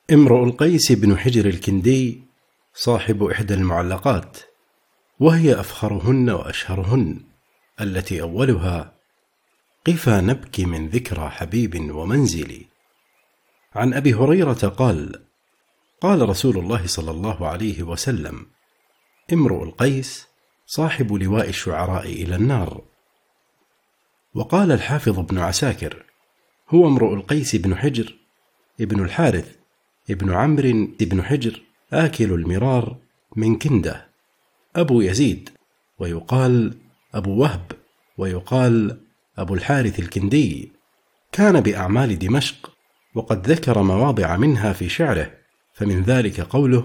امرؤ القيس بن حجر الكندي صاحب إحدى المعلقات، وهي أفخرهن وأشهرهن، التي أولها: قفا نبكي من ذكرى حبيب ومنزل. عن أبي هريرة قال: قال رسول الله صلى الله عليه وسلم: امرؤ القيس صاحب لواء الشعراء إلى النار. وقال الحافظ ابن عساكر: هو امرؤ القيس بن حجر ابن الحارث ابن عمرو ابن حجر آكل المرار من كندة، أبو يزيد، ويقال أبو وهب، ويقال أبو الحارث الكندي. كان بأعمال دمشق، وقد ذكر مواضع منها في شعره، فمن ذلك قوله: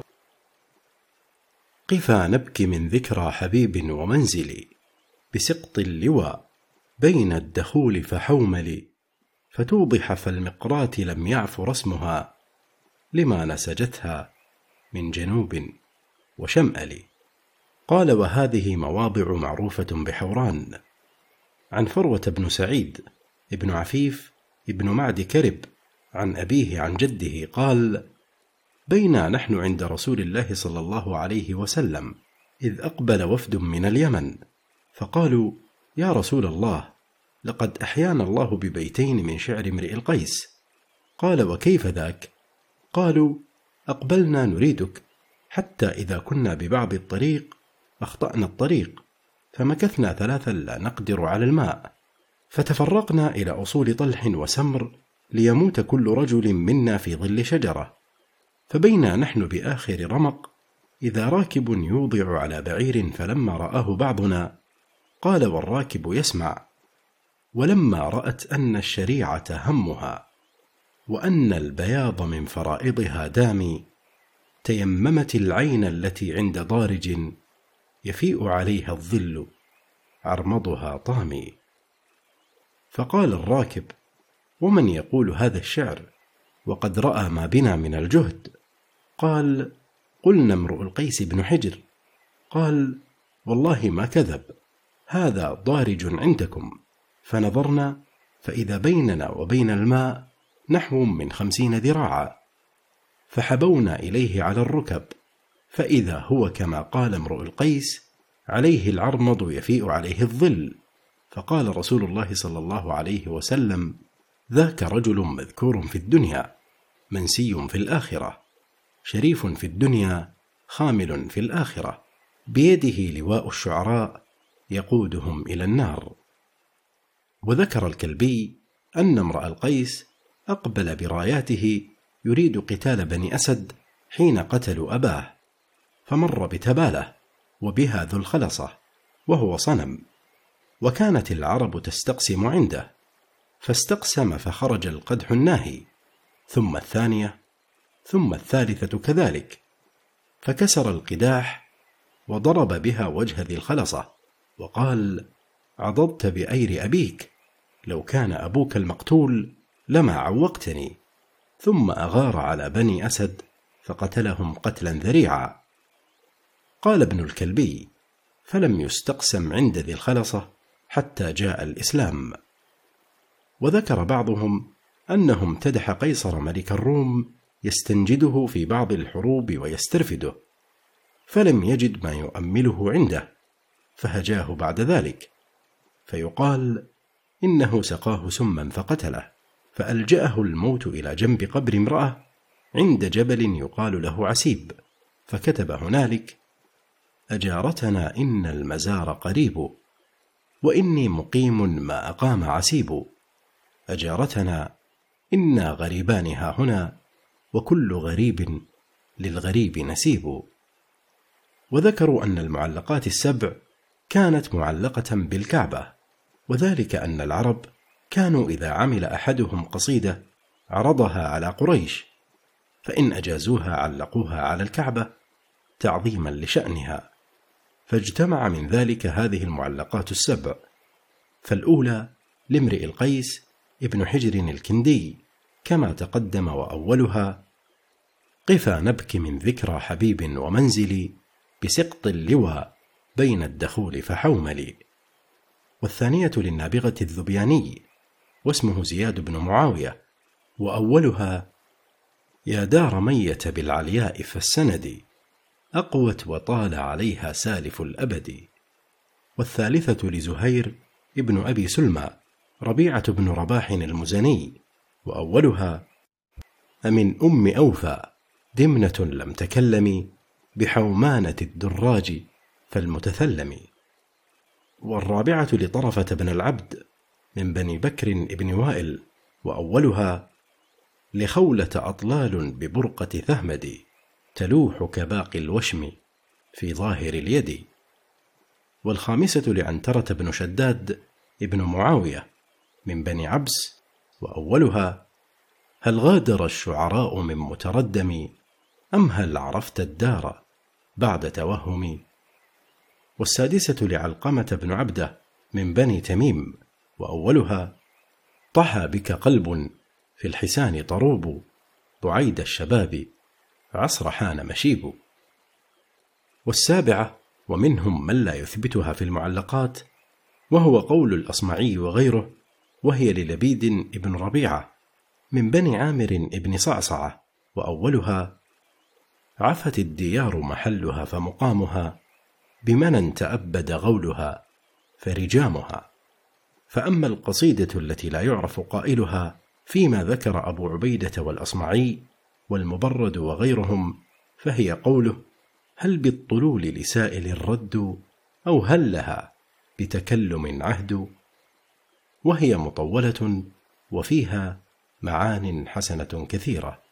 قفا نبكي من ذكرى حبيب ومنزل، بسقط اللواء بين الدخول فحومل، فتوضح فالمقرات لم يعف رسمها، لما نسجتها من جنوب وشمأل. قال: وهذه مواضع معروفة بحوران. عن فروة بن سعيد ابن عفيف ابن معد كرب عن أبيه عن جده قال: بينا نحن عند رسول الله صلى الله عليه وسلم إذ أقبل وفد من اليمن، فقالوا: يا رسول الله، لقد أحيانا الله ببيتين من شعر امرئ القيس. قال: وكيف ذاك؟ قالوا: أقبلنا نريدك، حتى إذا كنا ببعض الطريق أخطأنا الطريق، فمكثنا 3 لا نقدر على الماء، فتفرقنا إلى أصول طلح وسمر ليموت كل رجل منا في ظل شجرة، فبينا نحن بآخر رمق إذا راكب يوضع على بعير، فلما رآه بعضنا قال والراكب يسمع: ولما رأت أن الشريعة همها وأن البياض من فرائضها دامي، تيممت العين التي عند ضارج يفيء عليها الظل عرمضها طامي. فقال الراكب: ومن يقول هذا الشعر وقد رأى ما بنا من الجهد؟ قال: قلنا امرؤ القيس بن حجر. قال: والله ما كذب، هذا ضارج عندكم. فنظرنا فإذا بيننا وبين الماء نحو من 50 ذراعا، فحبونا إليه على الركب، فإذا هو كما قال امرؤ القيس، عليه العرمض يفيء عليه الظل. فقال رسول الله صلى الله عليه وسلم: ذاك رجل مذكور في الدنيا، منسي في الآخرة، شريف في الدنيا، خامل في الآخرة، بيده لواء الشعراء يقودهم إلى النار. وذكر الكلبي أن امرأ القيس أقبل براياته يريد قتال بني أسد حين قتلوا أباه، فمر بتبالة وبها ذو الخلصة وهو صنم، وكانت العرب تستقسم عنده، فاستقسم فخرج القدح الناهي، ثم الثانية، ثم الثالثة كذلك، فكسر القداح وضرب بها وجه ذي الخلصة، وقال: عضضت بأير أبيك، لو كان أبوك المقتول لما عوقتني. ثم أغار على بني أسد فقتلهم قتلا ذريعا. قال ابن الكلبي: فلم يستقسم عند ذي الخلصة حتى جاء الإسلام. وذكر بعضهم أنه امتدح قيصر ملك الروم يستنجده في بعض الحروب ويسترفده، فلم يجد ما يؤمله عنده، فهجاه بعد ذلك، فيقال إنه سقاه سما فقتله، فألجأه الموت إلى جنب قبر امرأة عند جبل يقال له عسيب، فكتب هنالك: أجارتنا إن المزار قريب، وإني مقيم ما أقام عسيب، أجارتنا إنا غريبان ها هنا، وكل غريب للغريب نسيب. وذكروا أن المعلقات ال7 كانت معلقة بالكعبة، وذلك أن العرب كانوا إذا عمل أحدهم قصيدة عرضها على قريش، فإن أجازوها علقوها على الكعبة تعظيما لشأنها، فاجتمع من ذلك هذه المعلقات ال7. فالأولى لامرئ القيس ابن حجر الكندي كما تقدم، وأولها: قفا نبكي من ذكرى حبيب ومنزل، بسقط اللواء بين الدخول فحومل. والثانية للنابغة الذبياني واسمه زياد بن معاوية، وأولها: يا دار ميت بالعلياء فالسند، أقوت وطال عليها سالف الأبد. والثالثة لزهير ابن أبي سلمى ربيعة بن رباح المزني، وأولها: أمن أم أوفى دمنة لم تكلم، بحومانة الدراج فالمتثلم. والرابعة لطرفة بن العبد من بني بكر ابن وائل، وأولها: لخولة أطلال ببرقة ثهمد، تلوح كباقي الوشم في ظاهر اليد. والخامسة لعنترة بن شداد ابن معاوية من بني عبس، وأولها: هل غادر الشعراء من متردم، أم هل عرفت الدار بعد توهم. والسادسة لعلقمة بن عبده من بني تميم، وأولها: طحى بك قلب في الحسان طروب، بعيد الشباب عصر حان مشيب. والسابعة ومنهم من لا يثبتها في المعلقات، وهو قول الأصمعي وغيره، وهي للبيد ابن ربيعة من بني عامر ابن صعصعة، وأولها: عفت الديار محلها فمقامها، بمنى تأبد غولها فرجامها. فأما القصيدة التي لا يعرف قائلها فيما ذكر أبو عبيدة والأصمعي والمبرد وغيرهم، فهي قوله: هل بالطلول لسائل الرد، أو هل لها بتكلم عهد. وهي مطولة وفيها معان حسنة كثيرة.